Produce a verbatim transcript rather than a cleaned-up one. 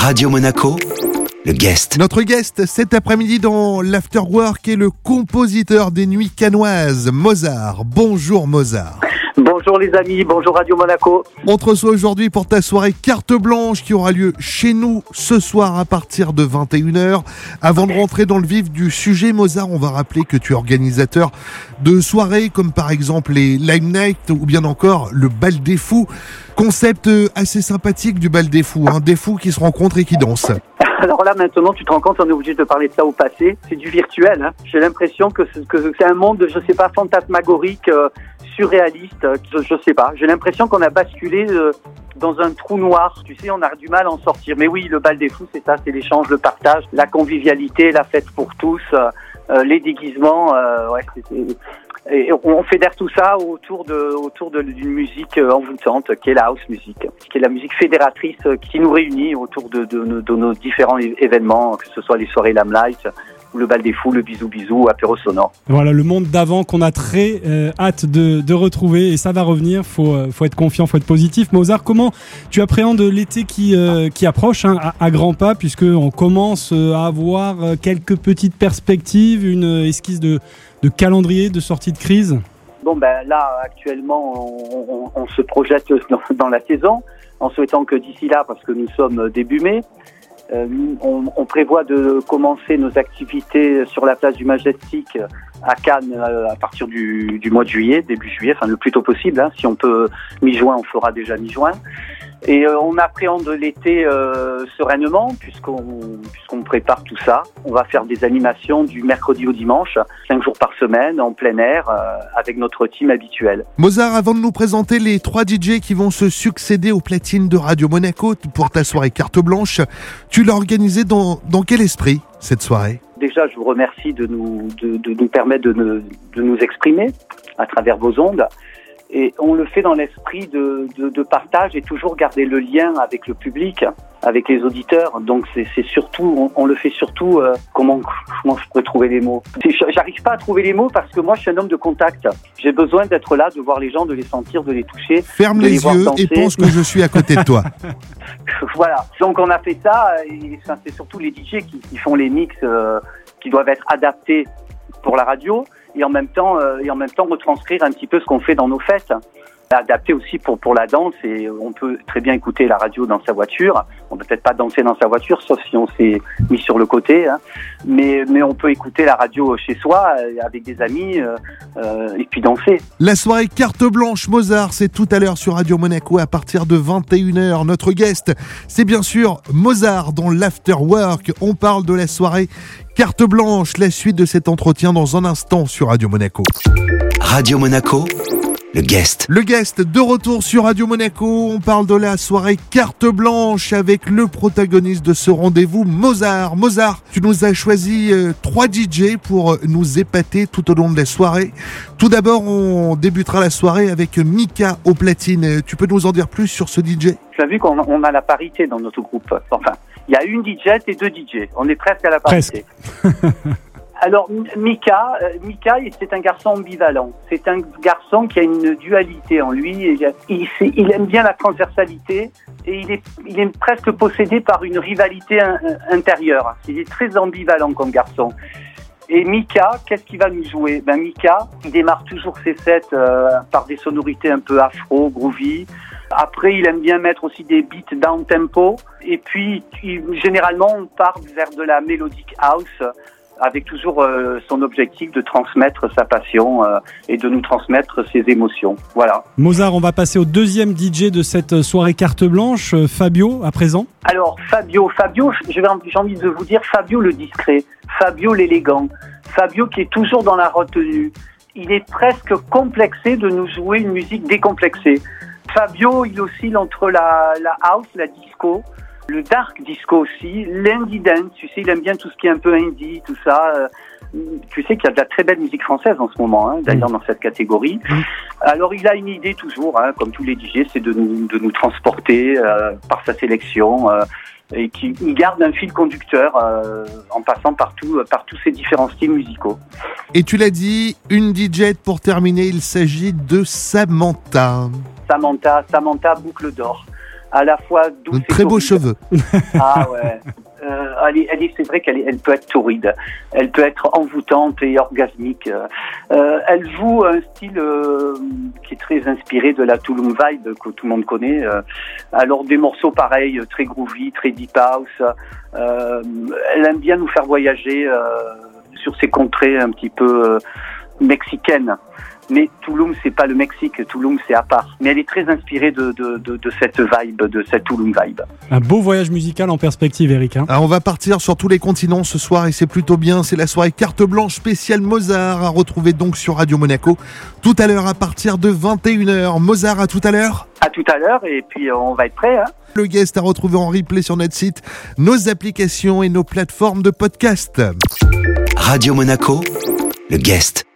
Radio Monaco, le guest. Notre guest cet après-midi dans l'Afterwork est le compositeur des Nuits Cannoises, Mozart. Bonjour Mozart. Bonjour les amis, bonjour Radio Monaco. On te reçoit aujourd'hui pour ta soirée Carte Blanche qui aura lieu chez nous ce soir à partir de vingt et une heures. Avant de rentrer dans le vif du sujet, Mozart, on va rappeler que tu es organisateur de soirées comme par exemple les Lime Night ou bien encore le Bal des Fous. Concept assez sympathique du Bal des Fous, hein, des fous qui se rencontrent et qui dansent. Alors là, maintenant, tu te rends compte, on est obligé de parler de ça au passé. C'est du virtuel. Hein. J'ai l'impression que c'est, que c'est un monde, je sais pas, fantasmagorique, euh, surréaliste. Euh, je, je sais pas. J'ai l'impression qu'on a basculé euh, dans un trou noir. Tu sais, on a du mal à en sortir. Mais oui, le Bal des Fous, c'est ça, c'est l'échange, le partage, la convivialité, la fête pour tous, euh, euh, les déguisements. Euh, ouais, c'est, c'est... Et on fédère tout ça autour de autour de, d'une musique envoûtante qui est la house music, qui est la musique fédératrice qui nous réunit autour de, de, de, de nos différents événements, que ce soit les soirées Lime Night ou le Bal des Fous, le Bisou Bisou, apéro sonore. Voilà le monde d'avant qu'on a très euh, hâte de, de retrouver et ça va revenir. Faut euh, faut être confiant, faut être positif. Mozart, comment tu appréhendes l'été qui euh, qui approche hein, à, à grands pas, puisque on commence à avoir quelques petites perspectives, une esquisse de de calendrier de sortie de crise? Bon ben là actuellement on, on, on se projette dans, dans la saison en souhaitant que d'ici là, parce que nous sommes début mai, euh, on, on prévoit de commencer nos activités sur la place du Majestic à Cannes euh, à partir du, du mois de juillet, début juillet, enfin le plus tôt possible. Hein, si on peut mi-juin, on fera déjà mi-juin. Et euh, on appréhende l'été euh, sereinement puisqu'on, puisqu'on prépare tout ça. On va faire des animations du mercredi au dimanche, cinq jours par semaine, en plein air, euh, avec notre team habituel. Mozart, avant de nous présenter les trois D J qui vont se succéder aux platines de Radio Monaco pour ta soirée Carte Blanche, tu l'as organisée dans, dans quel esprit, cette soirée ? Déjà, je vous remercie de nous, de, de nous permettre de, ne, de nous exprimer à travers vos ondes. Et on le fait dans l'esprit de, de, de partage et toujours garder le lien avec le public, avec les auditeurs. Donc c'est, c'est surtout, on, on le fait surtout. Euh, comment, comment je pourrais trouver les mots ? J'arrive pas à trouver les mots parce que moi je suis un homme de contact. J'ai besoin d'être là, de voir les gens, de les sentir, de les toucher. Ferme de les, les yeux et pense que je suis à côté de toi. Voilà. Donc on a fait ça. Et ça, c'est surtout les D J qui, qui font les mix euh, qui doivent être adaptés pour la radio. Et en même temps, euh, et en même temps retranscrire un petit peu ce qu'on fait dans nos fêtes. Adapté aussi pour pour la danse, et on peut très bien écouter la radio dans sa voiture. On peut peut-être pas danser dans sa voiture, sauf si on s'est mis sur le côté. Hein. Mais mais on peut écouter la radio chez soi avec des amis euh, euh, et puis danser. La soirée Carte Blanche Mozart, c'est tout à l'heure sur Radio Monaco à partir de vingt et une heures. Notre guest, c'est bien sûr Mozart dans l'Afterwork. On parle de la soirée Carte Blanche, la suite de cet entretien dans un instant sur Radio Monaco. Radio Monaco, le guest. Le guest de retour sur Radio Monaco. On parle de la soirée Carte Blanche avec le protagoniste de ce rendez-vous, Mozart. Mozart, tu nous as choisi euh, trois D J pour nous épater tout au long de la soirée. Tout d'abord, on débutera la soirée avec Mika au platine. Tu peux nous en dire plus sur ce D J ? Tu as vu qu'on on a la parité dans notre groupe. Enfin, il y a une D J et deux D J. On est presque à la parité. Presque. Alors, Mika, euh, Mika, c'est un garçon ambivalent. C'est un garçon qui a une dualité en lui. Il, il, il aime bien la transversalité et il est, il est presque possédé par une rivalité in, intérieure. Il est très ambivalent comme garçon. Et Mika, qu'est-ce qu'il va nous jouer ? Ben Mika, il démarre toujours ses sets euh, par des sonorités un peu afro, groovy. Après, il aime bien mettre aussi des beats down tempo. Et puis, il, généralement, on part vers de la melodic house, avec toujours euh, son objectif de transmettre sa passion euh, et de nous transmettre ses émotions. Voilà. Mozart, on va passer au deuxième D J de cette soirée Carte Blanche, Fabio, à présent. Alors, Fabio, Fabio, je vais, j'ai envie de vous dire Fabio le discret, Fabio l'élégant, Fabio qui est toujours dans la retenue. Il est presque complexé de nous jouer une musique décomplexée. Fabio, il oscille entre la, la house, la disco, le dark disco aussi, l'indie dance, tu sais, il aime bien tout ce qui est un peu indie, tout ça. Tu sais qu'il y a de la très belle musique française en ce moment, hein, d'ailleurs dans cette catégorie. Alors il a une idée toujours, hein, comme tous les D J, c'est de nous, de nous transporter euh, par sa sélection euh, et qui il garde un fil conducteur euh, en passant par, tout, par tous ces différents styles musicaux. Et tu l'as dit, une D J pour terminer, il s'agit de Samantha. Samantha, Samantha Boucle d'Or. à la fois douce et Très beaux torride. cheveux. Ah ouais. Euh, elle est, elle est, c'est vrai qu'elle est, elle peut être torride, elle peut être envoûtante et orgasmique. Euh, elle joue un style euh, qui est très inspiré de la Tulum Vibe que tout le monde connaît. Euh, alors des morceaux pareils, très groovy, très deep house. Euh, elle aime bien nous faire voyager euh, sur ces contrées un petit peu euh, mexicaines. Mais Tulum, c'est pas le Mexique, Tulum, c'est à part. Mais elle est très inspirée de, de, de, de cette vibe, de cette Tulum vibe. Un beau voyage musical en perspective, Eric. Hein. Alors on va partir sur tous les continents ce soir et c'est plutôt bien. C'est la soirée carte blanche spéciale Mozart à retrouver donc sur Radio Monaco tout à l'heure à partir de vingt et une heures. Mozart, à tout à l'heure. À tout à l'heure et puis on va être prêts. Hein. Le guest à retrouver en replay sur notre site, nos applications et nos plateformes de podcast. Radio Monaco, le guest.